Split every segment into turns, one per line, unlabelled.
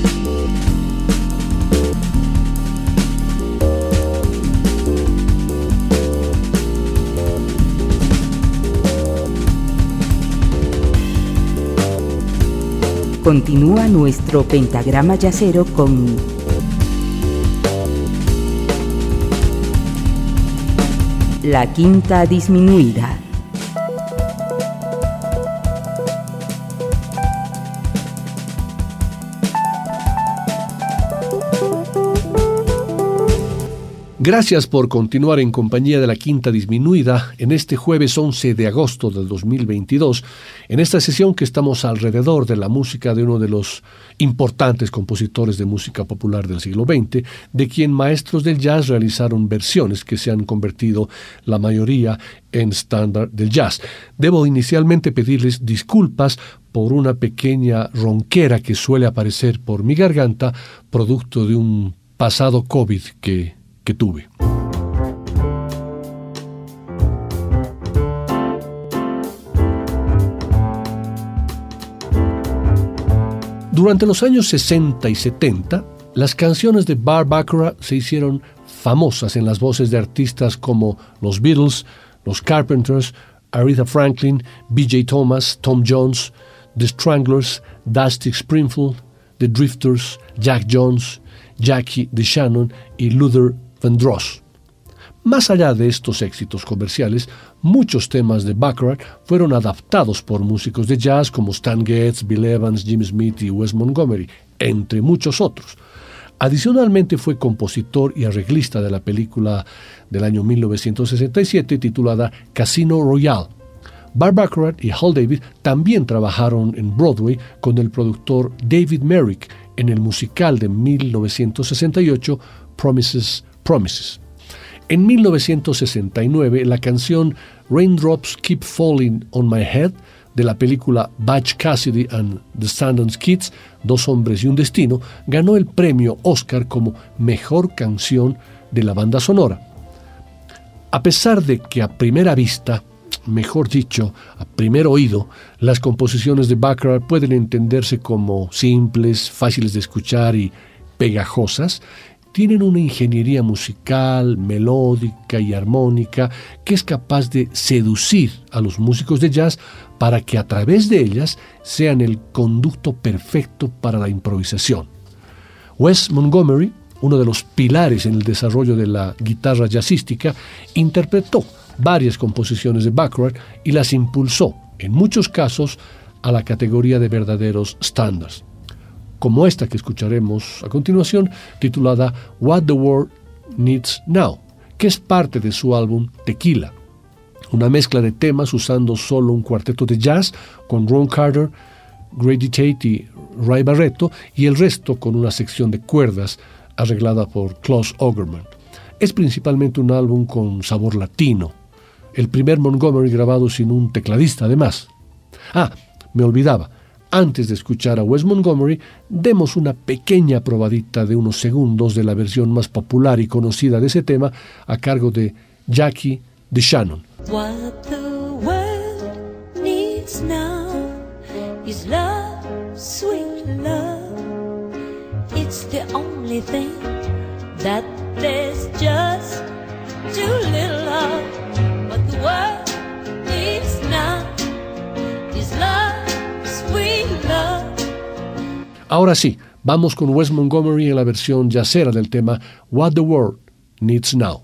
Continúa nuestro pentagrama jazzero con La Quinta Disminuida.
Gracias por continuar en compañía de La Quinta Disminuida en este jueves 11 de agosto del 2022, en esta sesión que estamos alrededor de la música de uno de los importantes compositores de música popular del siglo XX, de quien maestros del jazz realizaron versiones que se han convertido la mayoría en estándar del jazz. Debo inicialmente pedirles disculpas por una pequeña ronquera que suele aparecer por mi garganta, producto de un pasado COVID que tuve. Durante los años 60 y 70, las canciones de Burt Bacharach se hicieron famosas en las voces de artistas como los Beatles, los Carpenters, Aretha Franklin, B.J. Thomas, Tom Jones, The Stranglers, Dusty Springfield, The Drifters, Jack Jones, Jackie DeShannon y Luther Vandross. Más allá de estos éxitos comerciales, muchos temas de Bacharach fueron adaptados por músicos de jazz como Stan Getz, Bill Evans, Jim Smith y Wes Montgomery, entre muchos otros. Adicionalmente fue compositor y arreglista de la película del año 1967 titulada Casino Royale. Burt Bacharach y Hal David también trabajaron en Broadway con el productor David Merrick en el musical de 1968 Promises, Promises. En 1969, la canción Raindrops Keep Falling on My Head de la película Butch Cassidy and the Sundance Kids, Dos hombres y un destino, ganó el premio Oscar como Mejor Canción de la Banda Sonora. A pesar de que a primera vista, mejor dicho, a primer oído, las composiciones de Bacharach pueden entenderse como simples, fáciles de escuchar y pegajosas, tienen una ingeniería musical, melódica y armónica que es capaz de seducir a los músicos de jazz para que a través de ellas sean el conducto perfecto para la improvisación. Wes Montgomery, uno de los pilares en el desarrollo de la guitarra jazzística, interpretó varias composiciones de Bacharach y las impulsó, en muchos casos, a la categoría de verdaderos estándares, como esta que escucharemos a continuación, titulada What the World Needs Now, que es parte de su álbum Tequila, una mezcla de temas usando solo un cuarteto de jazz con Ron Carter, Grady Tate y Ray Barretto, y el resto con una sección de cuerdas arreglada por Klaus Ogerman. Es principalmente un álbum con sabor latino, el primer Montgomery grabado sin un tecladista además. Me olvidaba. Antes de escuchar a Wes Montgomery, demos una pequeña probadita de unos segundos de la versión más popular y conocida de ese tema a cargo de Jackie DeShannon.
What the world needs now is love, sweet love. It's the only thing that there's just too little of. What the world needs now is love.
Ahora sí, vamos con Wes Montgomery en la versión jazzera del tema What the World Needs Now.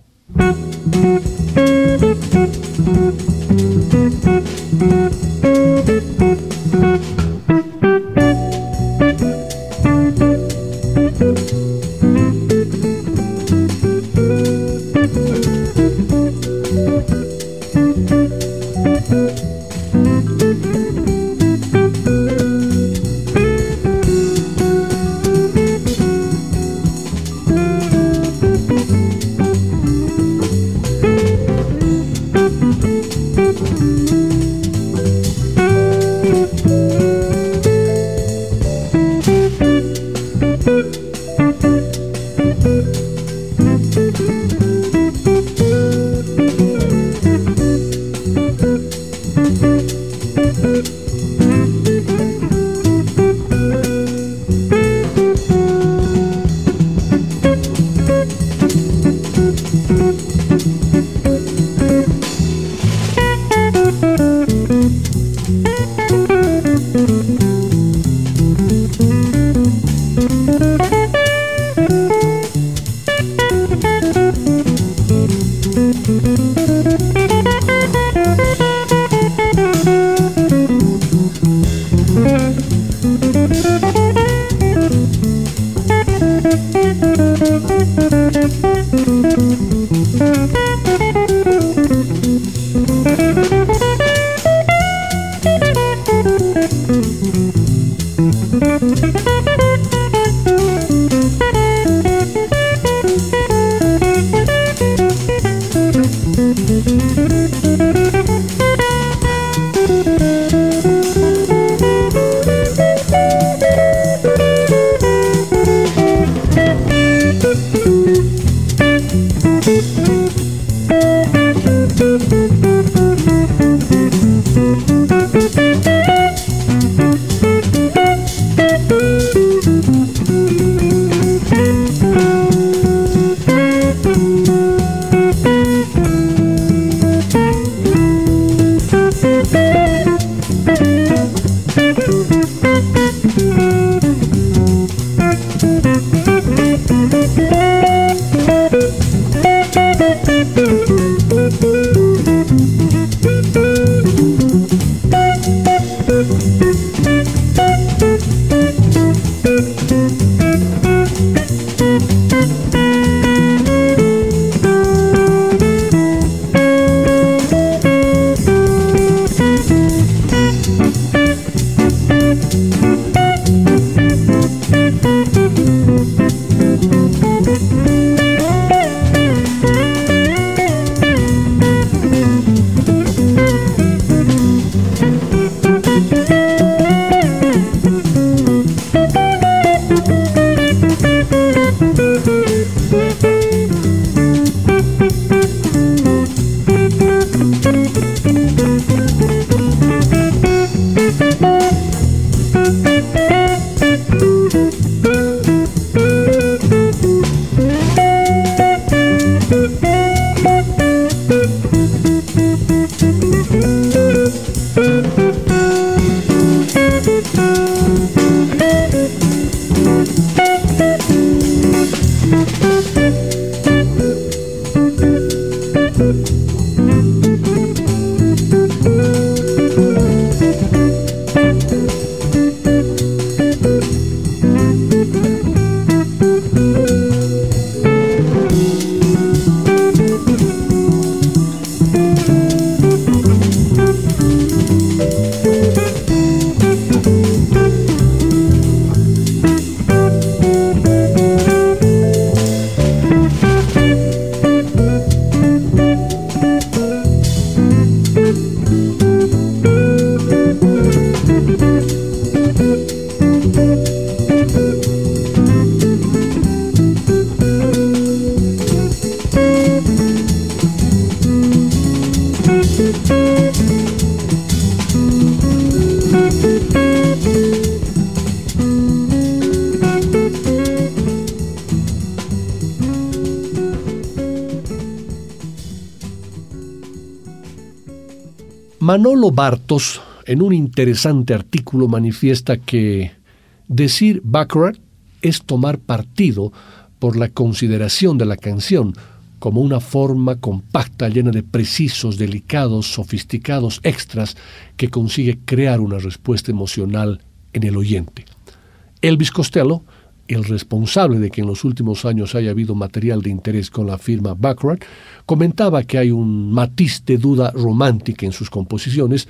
Manolo Bartos, en un interesante artículo, manifiesta que decir Baccarat es tomar partido por la consideración de la canción como una forma compacta llena de precisos, delicados, sofisticados extras que consigue crear una respuesta emocional en el oyente. Elvis Costello, el responsable de que en los últimos años haya habido material de interés con la firma Baccarat, comentaba que hay un matiz de duda romántica en sus composiciones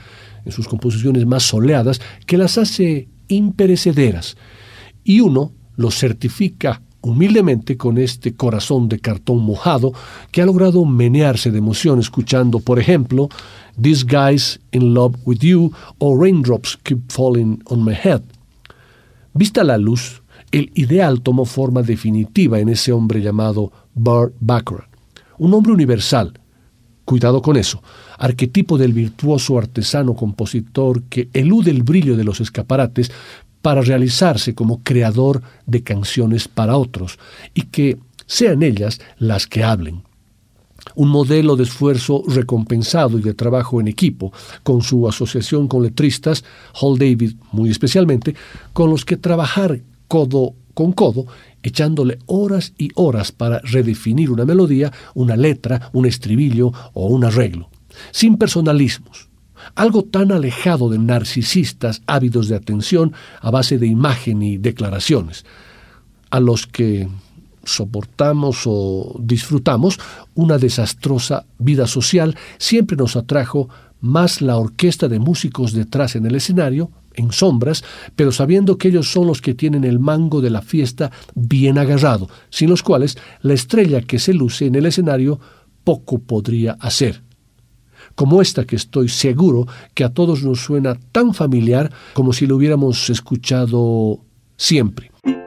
más soleadas, que las hace imperecederas, y uno lo certifica humildemente con este corazón de cartón mojado que ha logrado menearse de emoción escuchando, por ejemplo, This Guy's in Love with You o Raindrops Keep Falling on My Head. Vista la luz, el ideal tomó forma definitiva en ese hombre llamado Burt Bacharach, un hombre universal. Cuidado con eso, arquetipo del virtuoso artesano compositor que elude el brillo de los escaparates para realizarse como creador de canciones para otros y que sean ellas las que hablen. Un modelo de esfuerzo recompensado y de trabajo en equipo, con su asociación con letristas, Hal David muy especialmente, con los que trabajar codo con codo, echándole horas y horas para redefinir una melodía, una letra, un estribillo o un arreglo, sin personalismos. Algo tan alejado de narcisistas ávidos de atención a base de imagen y declaraciones. a los que soportamos o disfrutamos una desastrosa vida social, siempre nos atrajo más la orquesta de músicos detrás en el escenario, en sombras, pero sabiendo que ellos son los que tienen el mango de la fiesta bien agarrado, sin los cuales la estrella que se luce en el escenario poco podría hacer. Como esta que estoy seguro que a todos nos suena tan familiar como si lo hubiéramos escuchado siempre.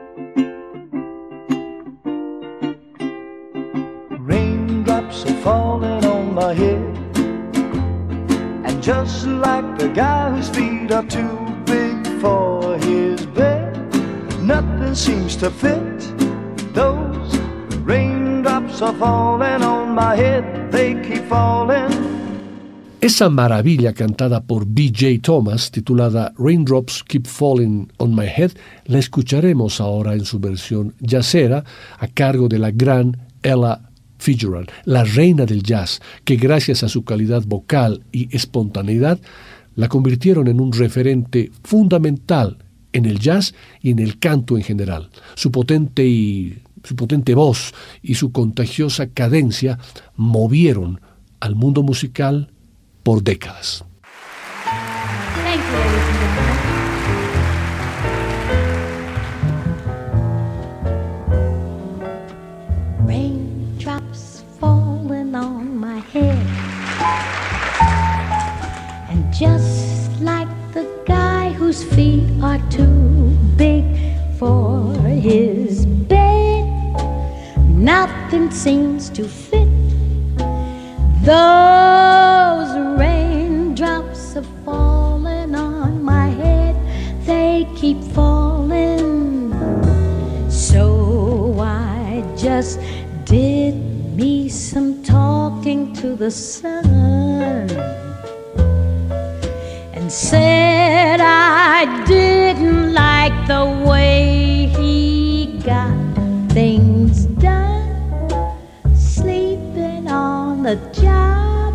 Raindrops are falling on my head, and just like the guy whose feet are too big for his bed, nothing seems to fit. Those raindrops are falling on my head, they keep falling.
Esa maravilla cantada por B.J. Thomas, titulada Raindrops Keep Falling on My Head, la escucharemos ahora en su versión jazzera a cargo de la gran Ella Fitzgerald, la reina del jazz, que gracias a su calidad vocal y espontaneidad la convirtieron en un referente fundamental en el jazz y en el canto en general. Su potente voz y su contagiosa cadencia movieron al mundo musical por décadas.
Thank you, ladies and gentlemen. Raindrops falling on my head, and just like the guy whose feet are too big for his bed, nothing seems to fit. Those raindrops are falling on my head, they keep falling. So I just did me some talking to the sun, and said I didn't like the way he got things done, sleeping on the job.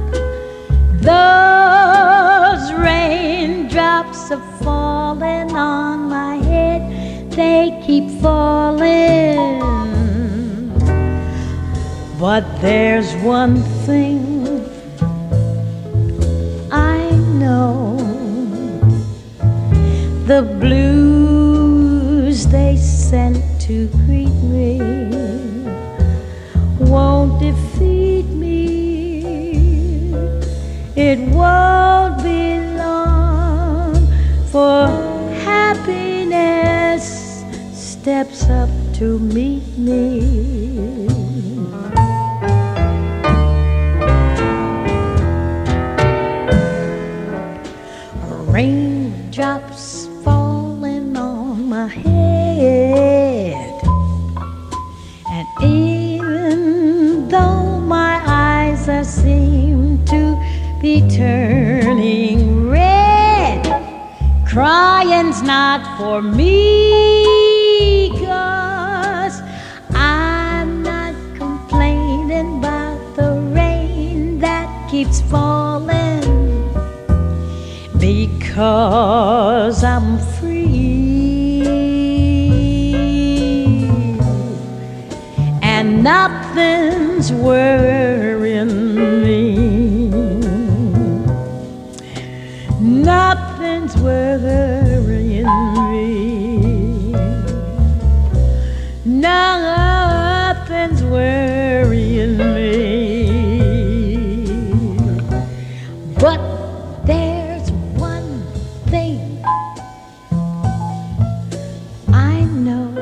Those raindrops are falling on my head, they keep falling. But there's one thing I know, the blues they sent to greet me won't defeat me. It won't be long, for happiness steps up to meet me. Raindrops falling on my head, and even though my eyes are seem to be turning red, crying's not for me, 'cause I'm not complaining about the rain that keeps falling, because I'm free and nothing's worrying me. Nothing's worrying me. Nothing's worrying me. But there's one thing I know,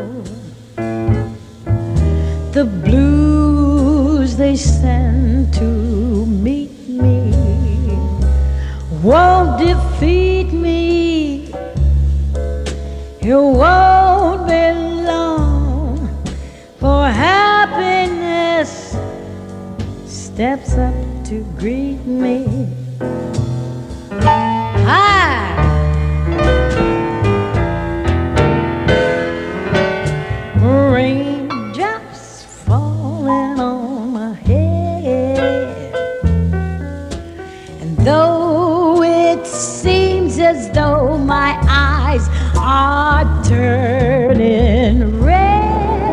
the blues they send to meet me won't defeat me. It won't be long, for happiness steps up to greet me. Hi! Raindrops falling on my head, and though it seems as though my eyes are turning red,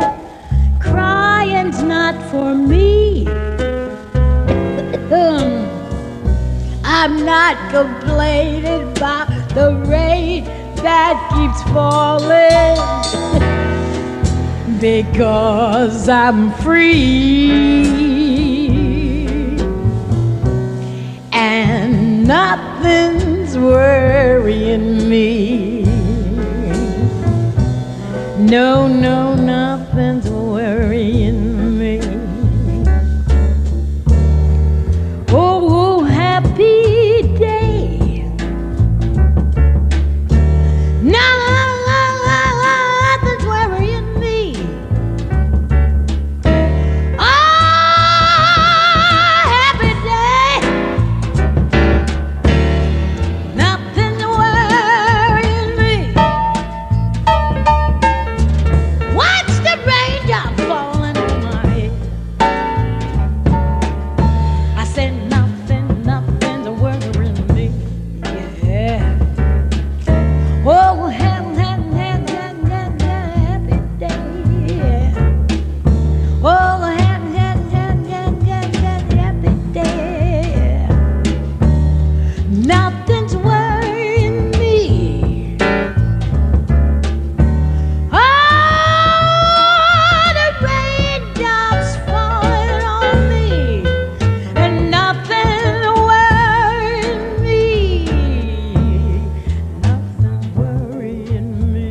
not complaining about the rain that keeps falling, because I'm free and nothing's worrying me. No, no, nothing's worrying me. Oh, happy day. Nothing's worrying me. Oh, happy day. Nothing's worrying me. Watch the raindrop falling on my head. I said nothing's worrying me. Yeah. Oh, happy day. Oh, happy day. Nothing's worrying me. Oh, the raindrops falling on me, and nothing worrying me. Nothing worrying me.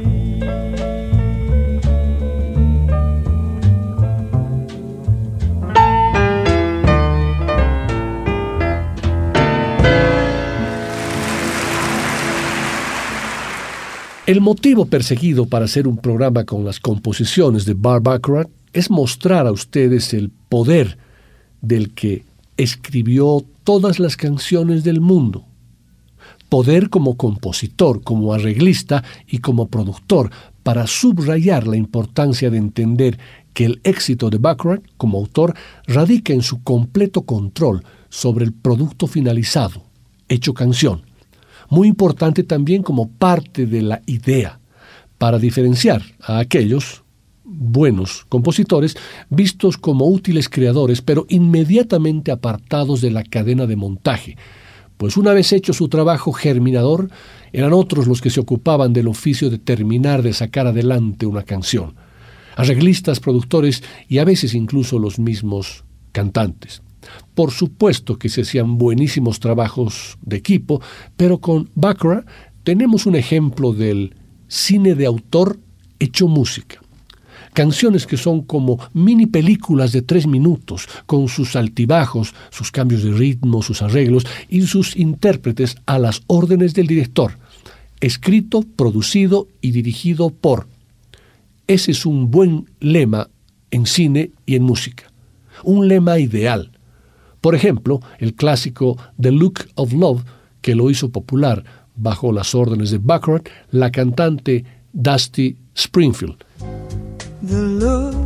El motivo perseguido para hacer un programa con las composiciones de Burt Bacharach es mostrar a ustedes el poder del que escribió todas las canciones del mundo. Poder como compositor, como arreglista y como productor, para subrayar la importancia de entender que el éxito de Bacharach como autor radica en su completo control sobre el producto finalizado, hecho canción. Muy importante también como parte de la idea, para diferenciar a aquellos buenos compositores vistos como útiles creadores, pero inmediatamente apartados de la cadena de montaje, pues una vez hecho su trabajo germinador, eran otros los que se ocupaban del oficio de terminar de sacar adelante una canción. Arreglistas, productores y a veces incluso los mismos cantantes. Por supuesto que se hacían buenísimos trabajos de equipo, pero con Bacharach tenemos un ejemplo del cine de autor hecho música. Canciones que son como mini películas de 3 minutos, con sus altibajos, sus cambios de ritmo, sus arreglos y sus intérpretes a las órdenes del director. Escrito, producido y dirigido por. Ese es un buen lema en cine y en música. Un lema ideal. Por ejemplo, el clásico The Look of Love, que lo hizo popular bajo las órdenes de Bacharach, la cantante Dusty Springfield.
The look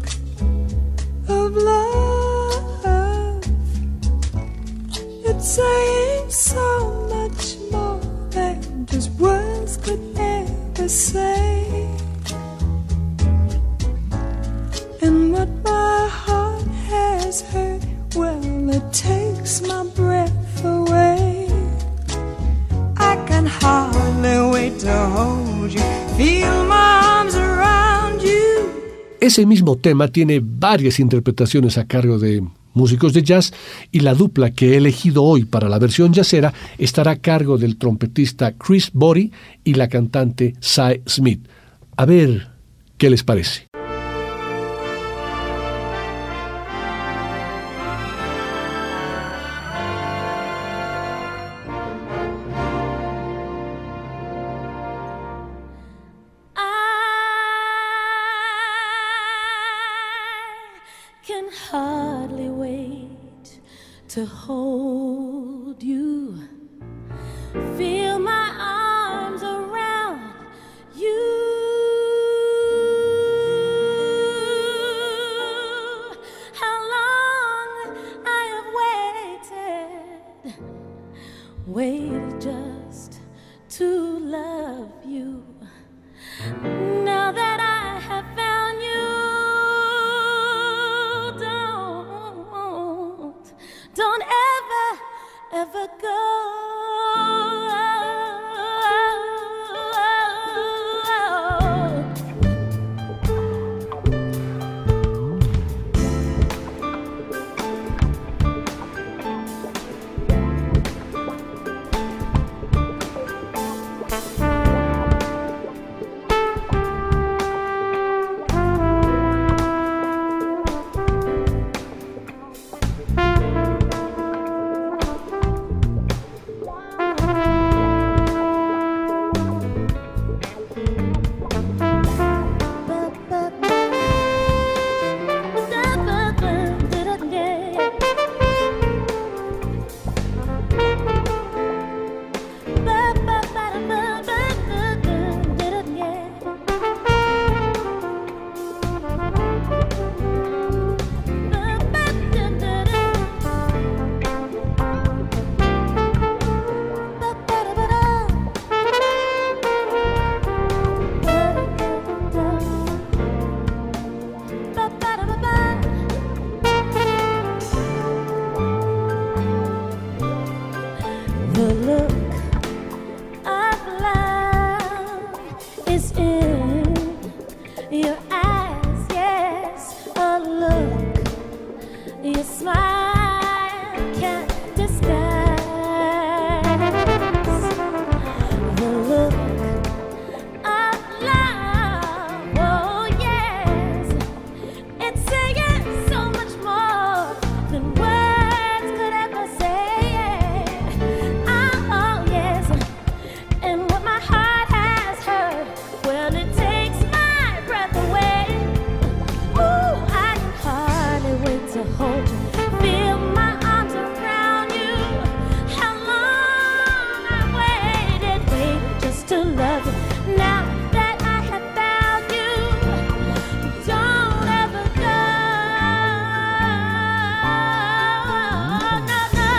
of love, it's saying so much more than just words could ever say. And what my heart has heard, well, it takes my breath away. I can hardly wait to hold you, feel my arms around you.
Ese mismo tema tiene varias interpretaciones a cargo de músicos de jazz y la dupla que he elegido hoy para la versión jazzera estará a cargo del trompetista Chris Botti y la cantante Sy Smith. A ver qué les parece.
Hardly wait to hold you, feel my arms around you. How long I have waited just to love you. Now that I have found you, don't ever go. smile can't disguise the look of love. Oh yes, it's saying so much more than words could ever say. Oh yes, and what my heart has heard, well, it takes my breath away. Ooh, I can hardly wait to hold you, feel my arms around you. How long I waited just to love you. Now that I have found you, don't ever go. No, no,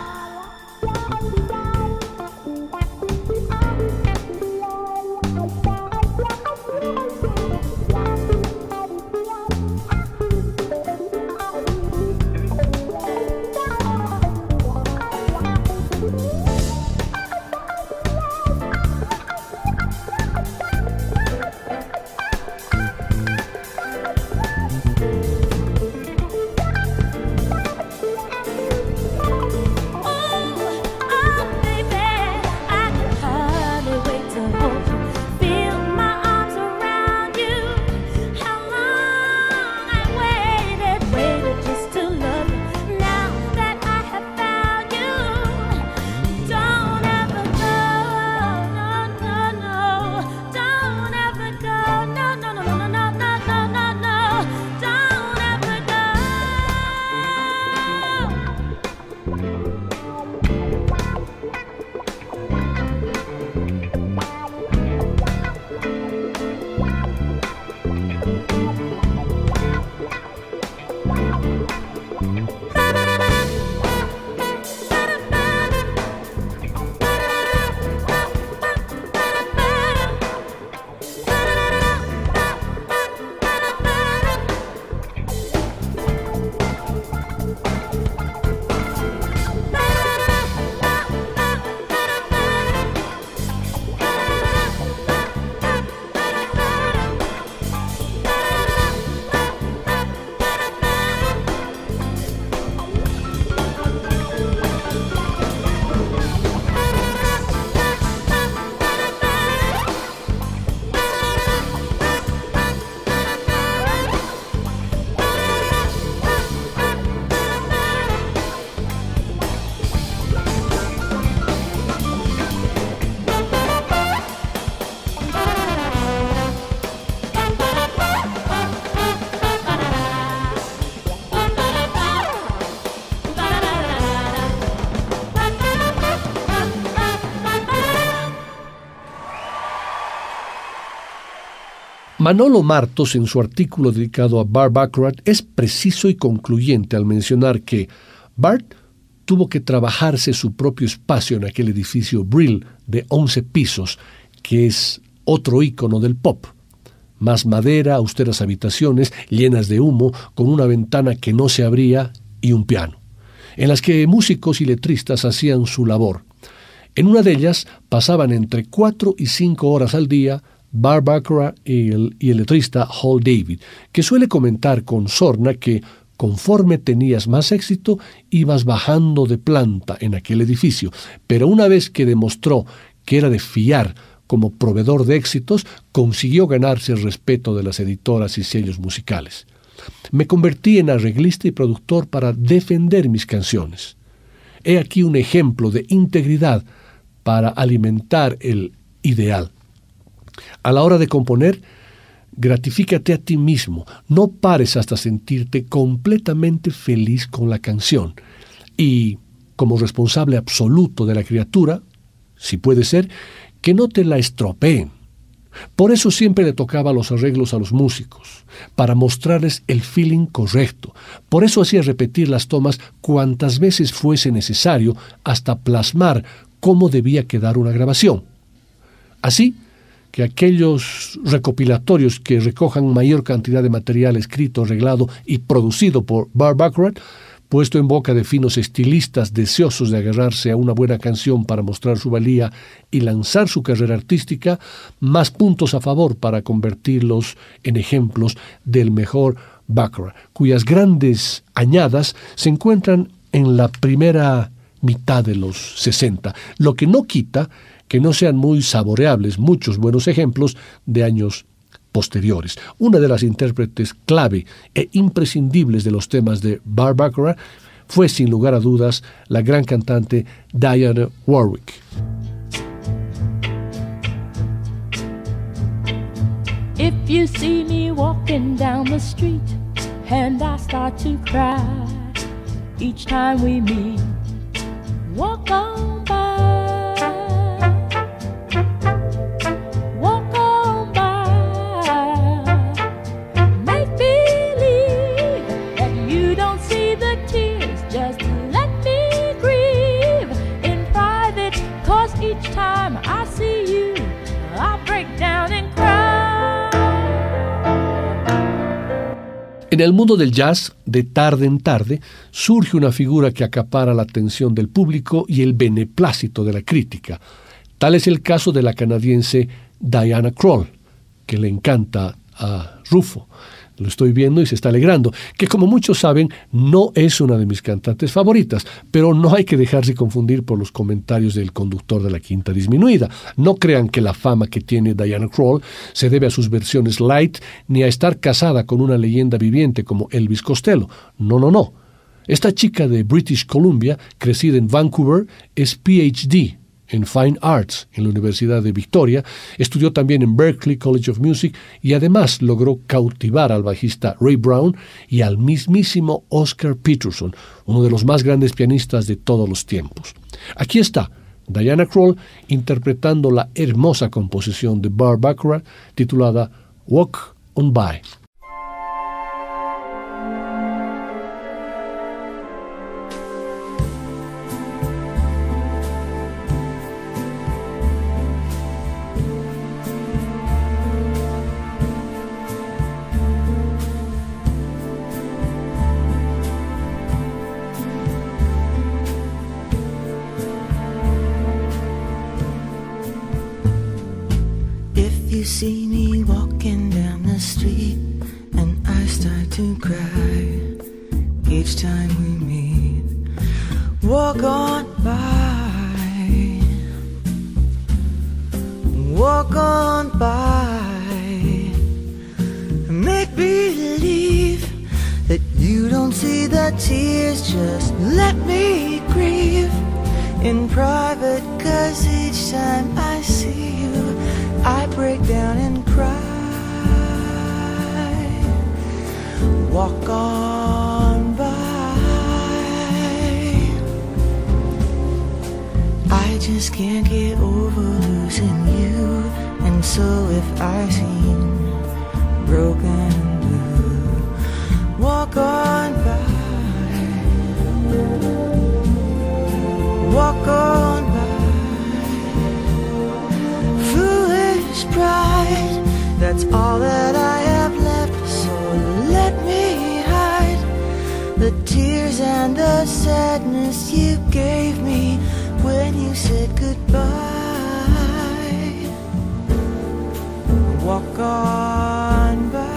Manolo Martos, en su artículo dedicado a Burt Bacharach, es preciso y concluyente al mencionar que Burt tuvo que trabajarse su propio espacio en aquel edificio Brill de 11 pisos, que es otro ícono del pop. Más madera, austeras habitaciones llenas de humo, con una ventana que no se abría y un piano, en las que músicos y letristas hacían su labor. En una de ellas pasaban entre 4 y 5 horas al día Burt Bacharach y el letrista Hal David, que suele comentar con sorna que conforme tenías más éxito, ibas bajando de planta en aquel edificio, pero una vez que demostró que era de fiar como proveedor de éxitos, consiguió ganarse el respeto de las editoras y sellos musicales. Me convertí en arreglista y productor para defender mis canciones. He aquí un ejemplo de integridad para alimentar el ideal. A la hora de componer, gratifícate a ti mismo, no pares hasta sentirte completamente feliz con la canción. Y, como responsable absoluto de la criatura, si puede ser, que no te la estropeen. Por eso siempre le tocaba los arreglos a los músicos, para mostrarles el feeling correcto. Por eso hacía repetir las tomas cuantas veces fuese necesario hasta plasmar cómo debía quedar una grabación. Así que aquellos recopilatorios que recojan mayor cantidad de material escrito, arreglado y producido por Burt Bacharach, puesto en boca de finos estilistas deseosos de agarrarse a una buena canción para mostrar su valía y lanzar su carrera artística, más puntos a favor para convertirlos en ejemplos del mejor Baccarat, cuyas grandes añadas se encuentran en la primera mitad de los 60, lo que no quita que no sean muy saboreables muchos buenos ejemplos de años posteriores. Una de las intérpretes clave e imprescindibles de los temas de Barbara Baccarat fue sin lugar a dudas la gran cantante Dionne Warwick.
If you see me walking down the street and I start to cry each time we meet, walk on by, walk on by. Make believe that you don't see the tears, just let me grieve in private, 'cause each time I see you, I break down and cry.
En el mundo del jazz, de tarde en tarde, surge una figura que acapara la atención del público y el beneplácito de la crítica. Tal es el caso de la canadiense Diana Krall, que le encanta a Rufo. Lo estoy viendo y se está alegrando, que como muchos saben no es una de mis cantantes favoritas, pero no hay que dejarse confundir por los comentarios del conductor de la Quinta Disminuida. No crean que la fama que tiene Diana Krall se debe a sus versiones light ni a estar casada con una leyenda viviente como Elvis Costello. No. Esta chica de British Columbia, crecida en Vancouver, es PhD en Fine Arts en la Universidad de Victoria, estudió también en Berklee College of Music y además logró cautivar al bajista Ray Brown y al mismísimo Oscar Peterson, uno de los más grandes pianistas de todos los tiempos. Aquí está Diana Krall interpretando la hermosa composición de Barbara Baccarat titulada Walk On By.
You see me walking down the street and I start to cry each time we meet. Walk on by, walk on by. Make believe that you don't see the tears, just let me grieve in private, 'cause each time I see you I break down and cry. Walk on by. I just can't get over losing you, and so if I seem broken and blue, walk on by. Walk on by. Pride, that's all that I have left, so let me hide the tears and the sadness you gave me when you said goodbye. Walk on by.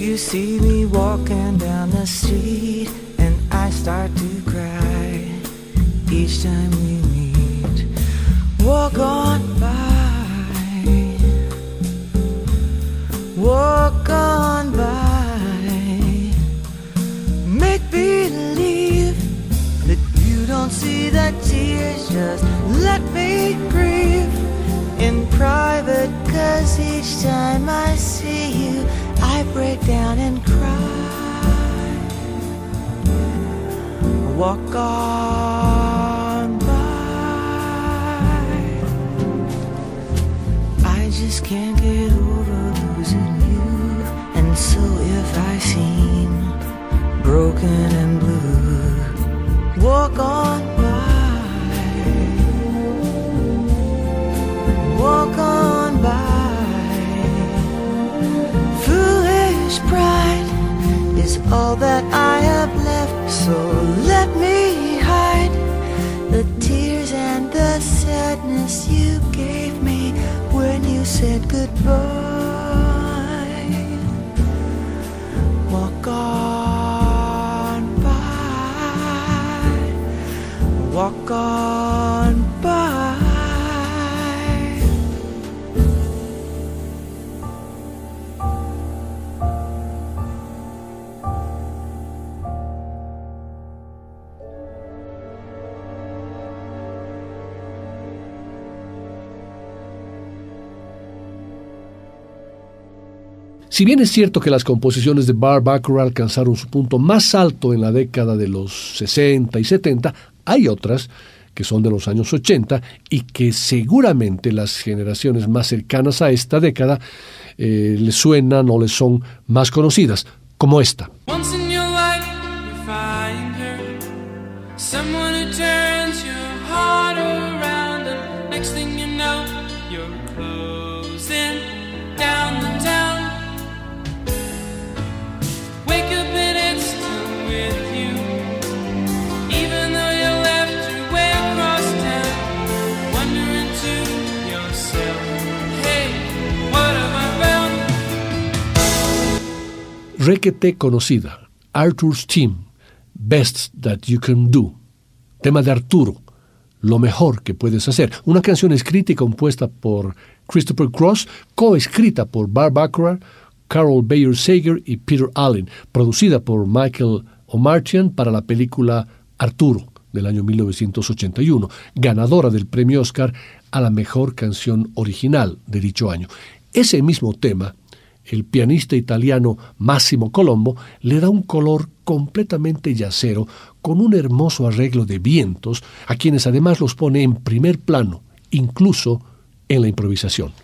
You see me walking down the street and I start to cry each time we meet. Walk on by, walk on by. Make believe that you don't see the tears. Just let me grieve in private, 'cause each time I see you I break down and cry. Walk on by. I just can't get over losing you. And so if I seem broken and blue, walk on by. Walk on by. Pride is all that I have left, so let me hide the tears and the sadness you gave me when you said goodbye. Walk on by, walk on by.
Si bien es cierto que las composiciones de Burt Bacharach alcanzaron su punto más alto en la década de los 60 y 70, hay otras que son de los años 80 y que seguramente las generaciones más cercanas a esta década les suenan o les son más conocidas, como esta.
Once in your life you find her, someone who turns your heart around, and next thing you know you're closing down the town. Wake up and it's still with you, even though you left your way across town, wondering to yourself, hey, what have I found?
Requete conocida, Arthur's Theme, Best That You Can Do, tema de Arturo, lo mejor que puedes hacer, una canción escrita y compuesta por Christopher Cross, coescrita por Burt Bacharach, Carol Bayer Sager y Peter Allen, producida por Michael Omartian para la película Arturo del año 1981, ganadora del premio Oscar a la mejor canción original de dicho año. Ese mismo tema, el pianista italiano Massimo Colombo le da un color completamente yacero con un hermoso arreglo de vientos, a quienes además los pone en primer plano, incluso en la improvisación.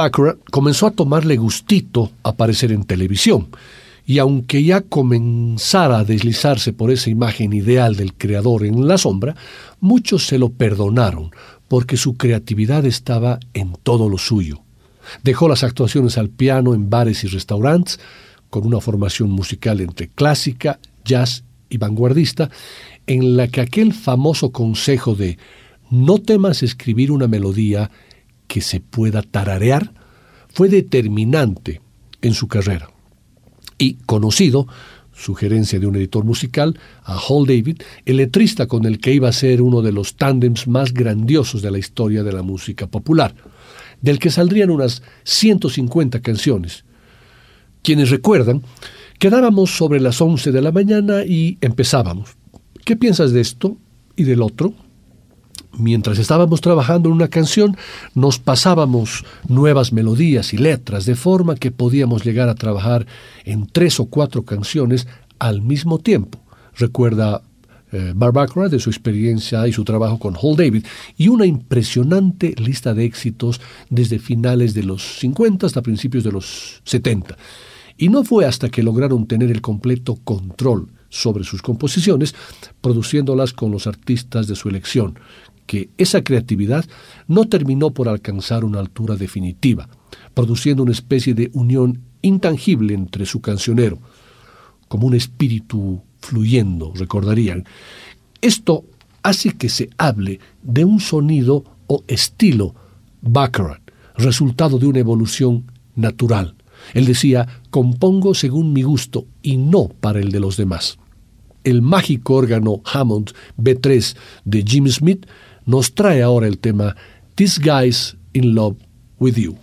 Bacharach comenzó a tomarle gustito aparecer en televisión, y aunque ya comenzara a deslizarse por esa imagen ideal del creador en la sombra, muchos se lo perdonaron, porque su creatividad estaba en todo lo suyo. Dejó las actuaciones al piano en bares y restaurantes, con una formación musical entre clásica, jazz y vanguardista, en la que aquel famoso consejo de «no temas escribir una melodía que se pueda tararear» fue determinante en su carrera. Y conocido, sugerencia de un editor musical, a Hal David, el letrista con el que iba a ser uno de los tándems más grandiosos de la historia de la música popular, del que saldrían unas 150 canciones. Quienes recuerdan, quedábamos sobre las 11 de la mañana y empezábamos. ¿Qué piensas de esto y del otro? Mientras estábamos trabajando en una canción, nos pasábamos nuevas melodías y letras, de forma que podíamos llegar a trabajar en 3 o 4 canciones al mismo tiempo. Recuerda Bacharach de su experiencia y su trabajo con Hal David, y una impresionante lista de éxitos desde finales de los 50 hasta principios de los 70. Y no fue hasta que lograron tener el completo control sobre sus composiciones, produciéndolas con los artistas de su elección, que esa creatividad no terminó por alcanzar una altura definitiva, produciendo una especie de unión intangible entre su cancionero, como un espíritu fluyendo, recordarían. Esto hace que se hable de un sonido o estilo Bacharach, resultado de una evolución natural. Él decía: compongo según mi gusto y no para el de los demás. El mágico órgano Hammond B3 de Jim Smith nos trae ahora el tema This Guy's in Love with You.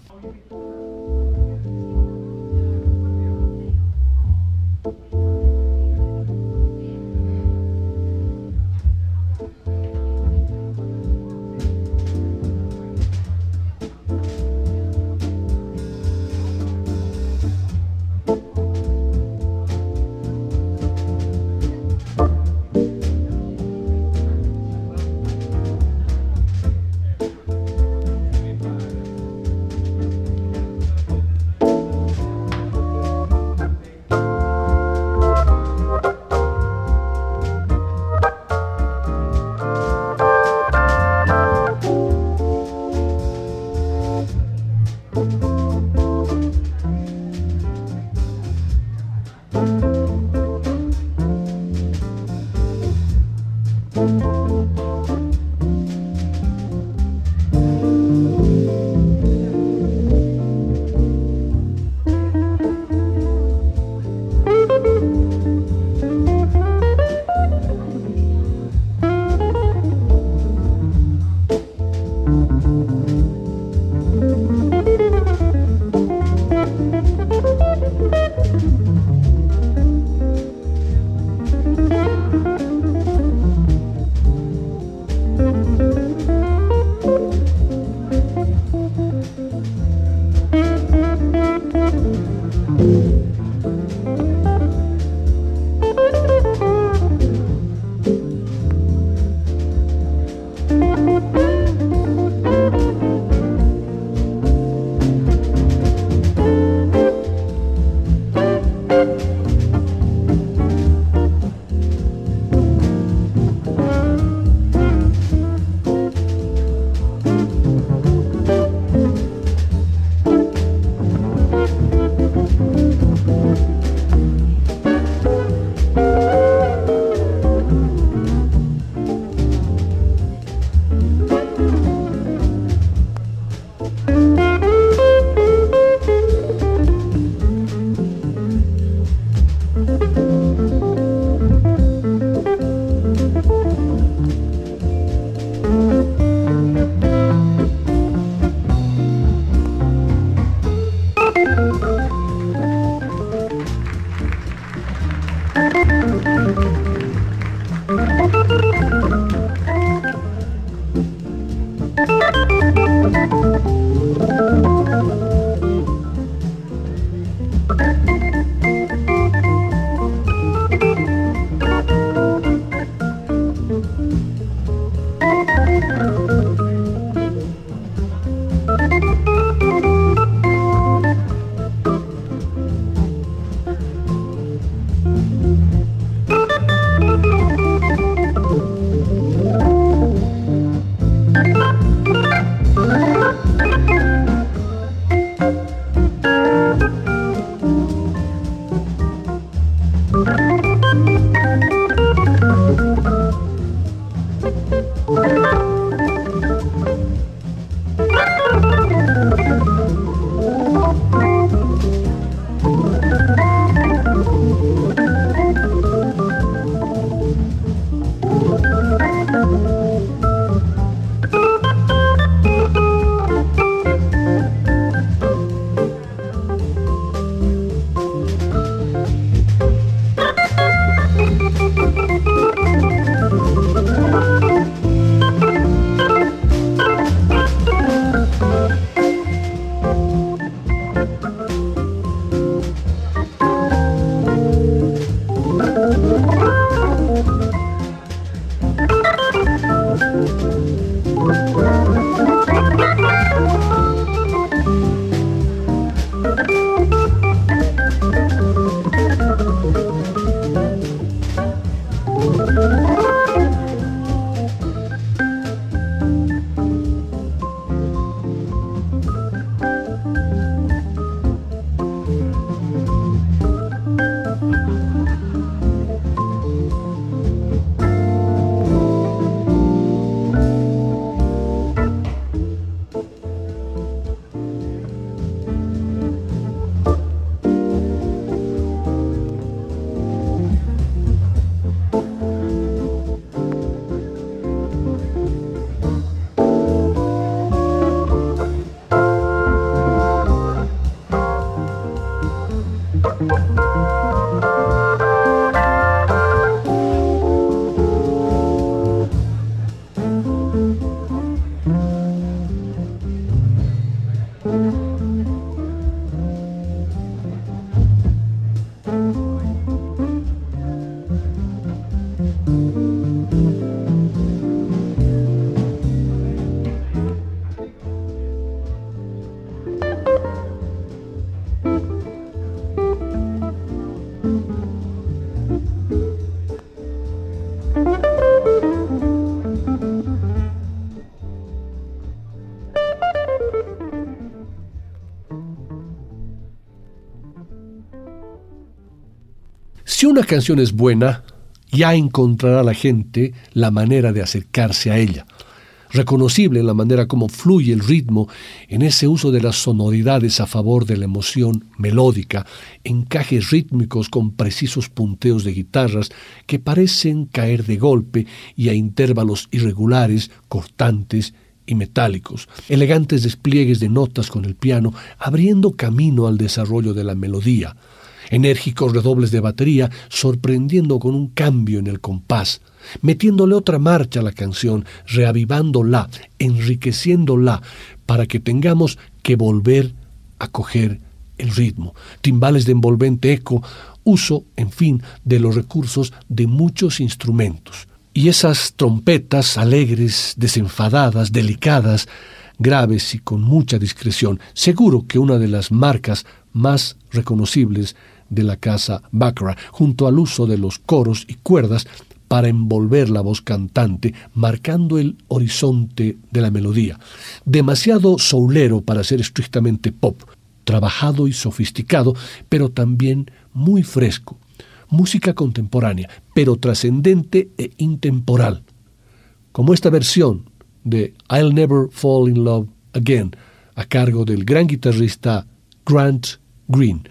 Si una canción es buena, ya encontrará la gente la manera de acercarse a ella. Reconocible en la manera como fluye el ritmo, en ese uso de las sonoridades a favor de la emoción melódica, encajes rítmicos con precisos punteos de guitarras que parecen caer de golpe y a intervalos irregulares, cortantes y metálicos, elegantes despliegues de notas con el piano, abriendo camino al desarrollo de la melodía, enérgicos redobles de batería, sorprendiendo con un cambio en el compás, metiéndole otra marcha a la canción, reavivándola, enriqueciéndola, para que tengamos que volver a coger el ritmo. Timbales de envolvente eco, uso, en fin, de los recursos de muchos instrumentos. Y esas trompetas alegres, desenfadadas, delicadas, graves y con mucha discreción. Seguro que una de las marcas más reconocibles de la casa Baccarat, junto al uso de los coros y cuerdas para envolver la voz cantante, marcando el horizonte de la melodía. Demasiado soulero para ser estrictamente pop, trabajado y sofisticado, pero también muy fresco. Música contemporánea, pero trascendente e intemporal, como esta versión de I'll Never Fall in Love Again, a cargo del gran guitarrista Grant Green.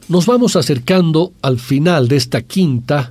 Nos vamos acercando al final de esta quinta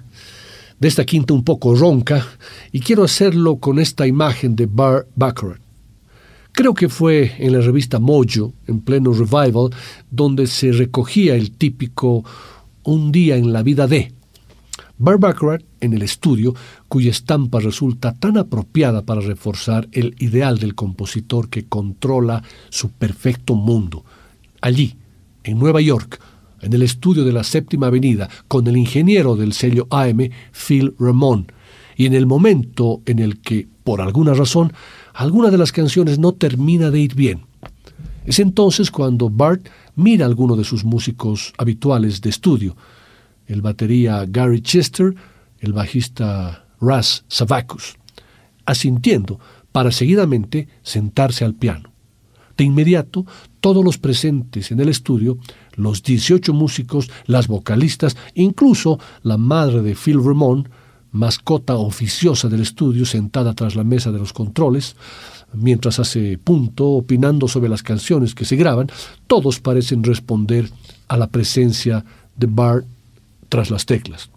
un poco ronca, y quiero hacerlo con esta imagen de Burt Bacharach. Creo que fue en la revista Mojo, en pleno revival, donde se recogía el típico un día en la vida de Burt Bacharach en el estudio, cuya estampa resulta tan apropiada para reforzar el ideal del compositor que controla su perfecto mundo. Allí, en Nueva York, en el estudio de la Séptima Avenida, con el ingeniero del sello AM, Phil Ramone, y en el momento en el que, por alguna razón, alguna de las canciones no termina de ir bien. Es entonces cuando Burt mira a alguno de sus músicos habituales de estudio, el batería Gary Chester, el bajista Ras Savacus, asintiendo para seguidamente sentarse al piano. De inmediato, todos los presentes en el estudio, los 18 músicos, las vocalistas, incluso la madre de Phil Ramone, mascota oficiosa del estudio sentada tras la mesa de los controles, mientras hace punto opinando sobre las canciones que se graban, todos parecen responder a la presencia de Burt tras las teclas.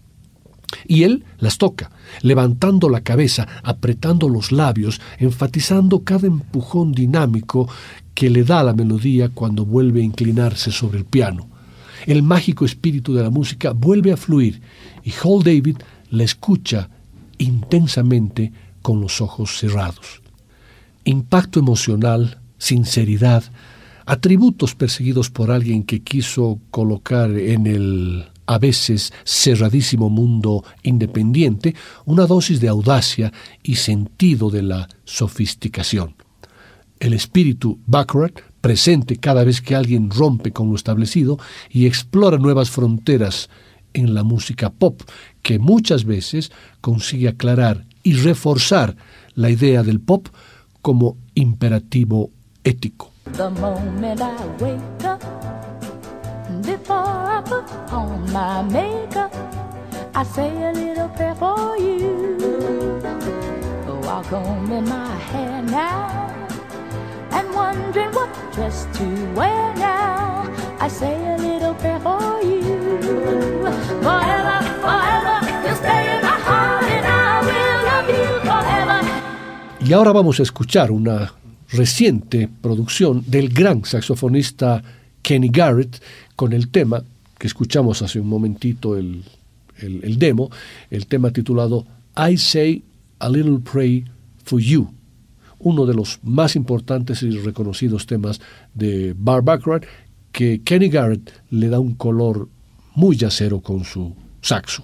Y él las toca, levantando la cabeza, apretando los labios, enfatizando cada empujón dinámico que le da la melodía cuando vuelve a inclinarse sobre el piano. El mágico espíritu de la música vuelve a fluir y Hal David la escucha intensamente con los ojos cerrados. Impacto emocional, sinceridad, atributos perseguidos por alguien que quiso colocar en el a veces cerradísimo mundo independiente una dosis de audacia y sentido de la sofisticación. El espíritu Bacharach presente cada vez que alguien rompe con lo establecido y explora nuevas fronteras en la música pop, que muchas veces consigue aclarar y reforzar la idea del pop como imperativo ético.
The moment I wake up, before I put on my makeup, I say a little prayer for you. While combing my hair now and wondering what dress to wear now, I say a little prayer for you. Forever, forever, you'll stay in my heart and I will love you forever.
Y ahora vamos a escuchar una reciente producción del gran saxofonista Kenny Garrett con el tema que escuchamos hace un momentito, el demo, el tema titulado I Say a Little Prayer for You, uno de los más importantes y reconocidos temas de Burt Bacharach, que Kenny Garrett le da un color muy yacero con su saxo.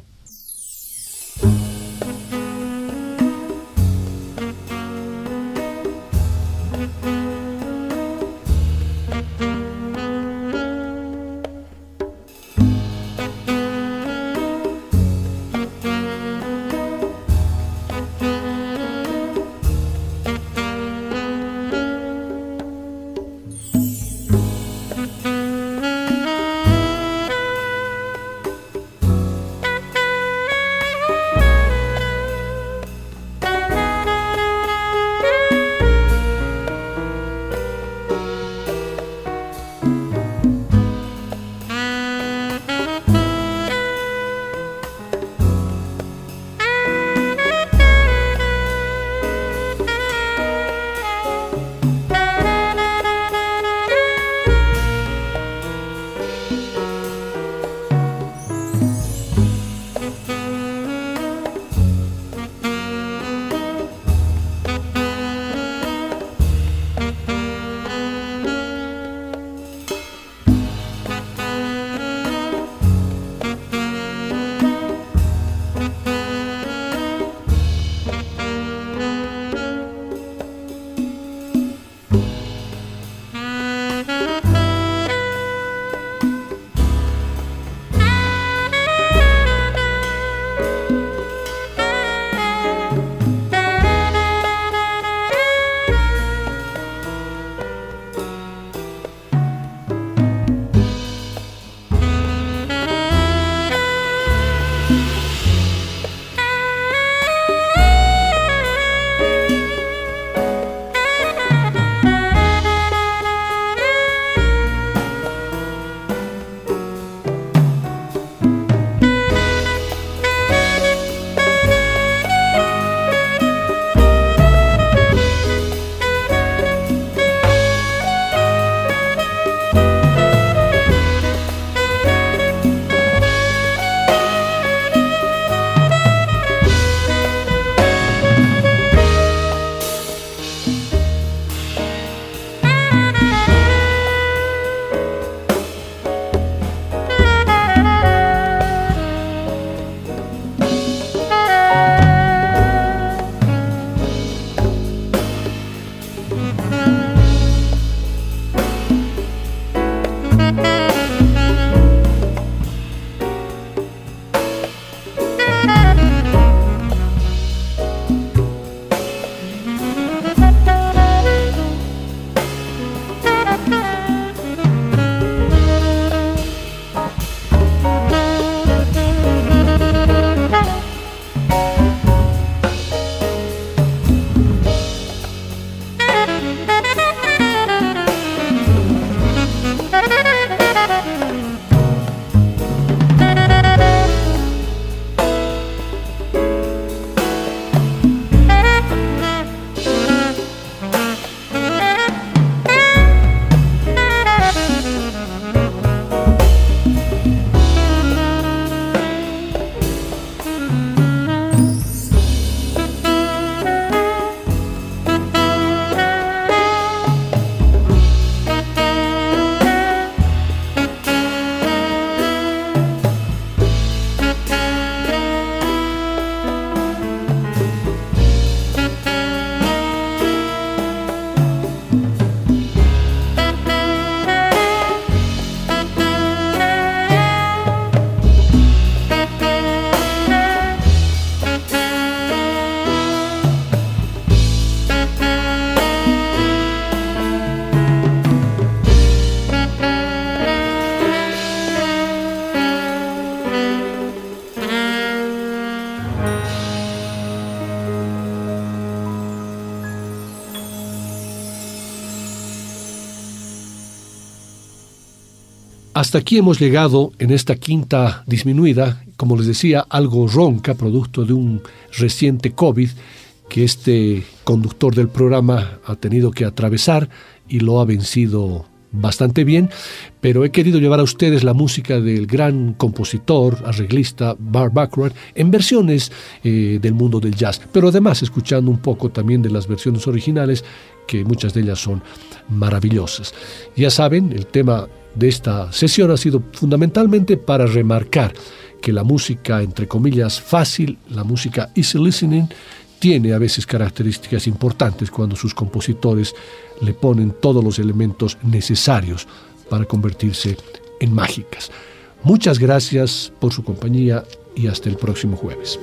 hasta aquí hemos llegado en esta quinta disminuida, como les decía, algo ronca, producto de un reciente COVID que este conductor del programa ha tenido que atravesar y lo ha vencido bastante bien, pero he querido llevar a ustedes la música del gran compositor, arreglista Burt Bacharach en versiones del mundo del jazz, pero además escuchando un poco también de las versiones originales, que muchas de ellas son maravillosas. Ya saben, el tema de esta sesión ha sido fundamentalmente para remarcar que la música, entre comillas, fácil, la música easy listening, tiene a veces características importantes cuando sus compositores le ponen todos los elementos necesarios para convertirse en mágicas. Muchas gracias por su compañía y hasta el próximo jueves.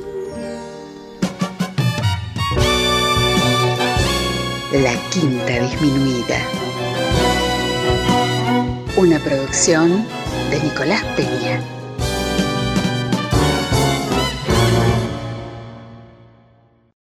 La quinta disminuida. Una producción de Nicolás Peña.